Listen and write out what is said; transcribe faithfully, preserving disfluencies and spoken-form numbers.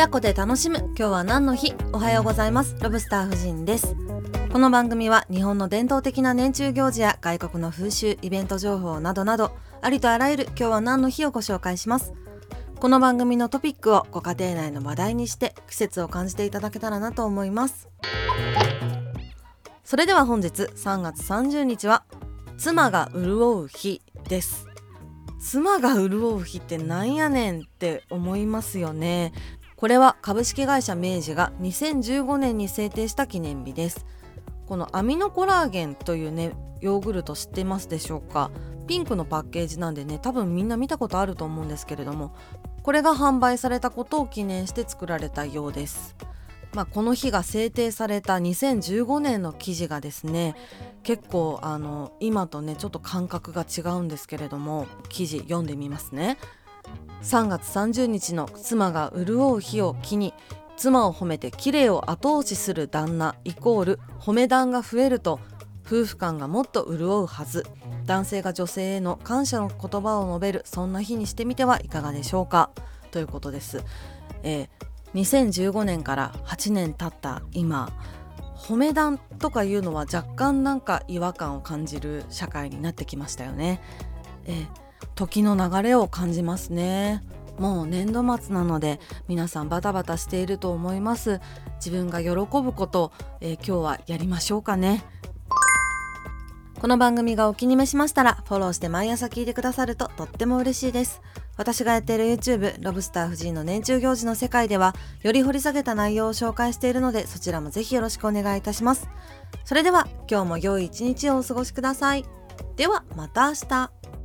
親子で楽しむ今日は何の日。おはようございます。ロブスター夫人です。この番組は日本の伝統的な年中行事や外国の風習、イベント情報などなどありとあらゆる今日は何の日をご紹介します。この番組のトピックをご家庭内の話題にして季節を感じていただけたらなと思います。それでは本日さんがつさんじゅうにちは妻が潤う日です。妻が潤う日ってなんやねんって思いますよね。これは株式会社明治がにせんじゅうごねんに制定した記念日です。このアミノコラーゲンというねヨーグルト知ってますでしょうか。ピンクのパッケージなんでね多分みんな見たことあると思うんですけれども、これが販売されたことを記念して作られたようです。まあ、この日が制定されたにせんじゅうごねんの記事がですね結構あの今とねちょっと感覚が違うんですけれども、記事読んでみますね。さんがつさんじゅうにちの妻が潤う日を機に、妻を褒めて綺麗を後押しする旦那イコール褒め談が増えると夫婦間がもっと潤うはず。男性が女性への感謝の言葉を述べるそんな日にしてみてはいかがでしょうかということです。えーにせんじゅうごねんからはちねん経った今、褒め談とかいうのは若干なんか違和感を感じる社会になってきましたよね。えー、時の流れを感じますね。もう年度末なので皆さんバタバタしていると思います。自分が喜ぶこと、えー、今日はやりましょうかね。この番組がお気に召しましたらフォローして毎朝聞いてくださるととっても嬉しいです。私がやっている YouTube ロブスター夫人の年中行事の世界ではより掘り下げた内容を紹介しているので、そちらもぜひよろしくお願いいたします。それでは今日も良い一日をお過ごしください。ではまた明日。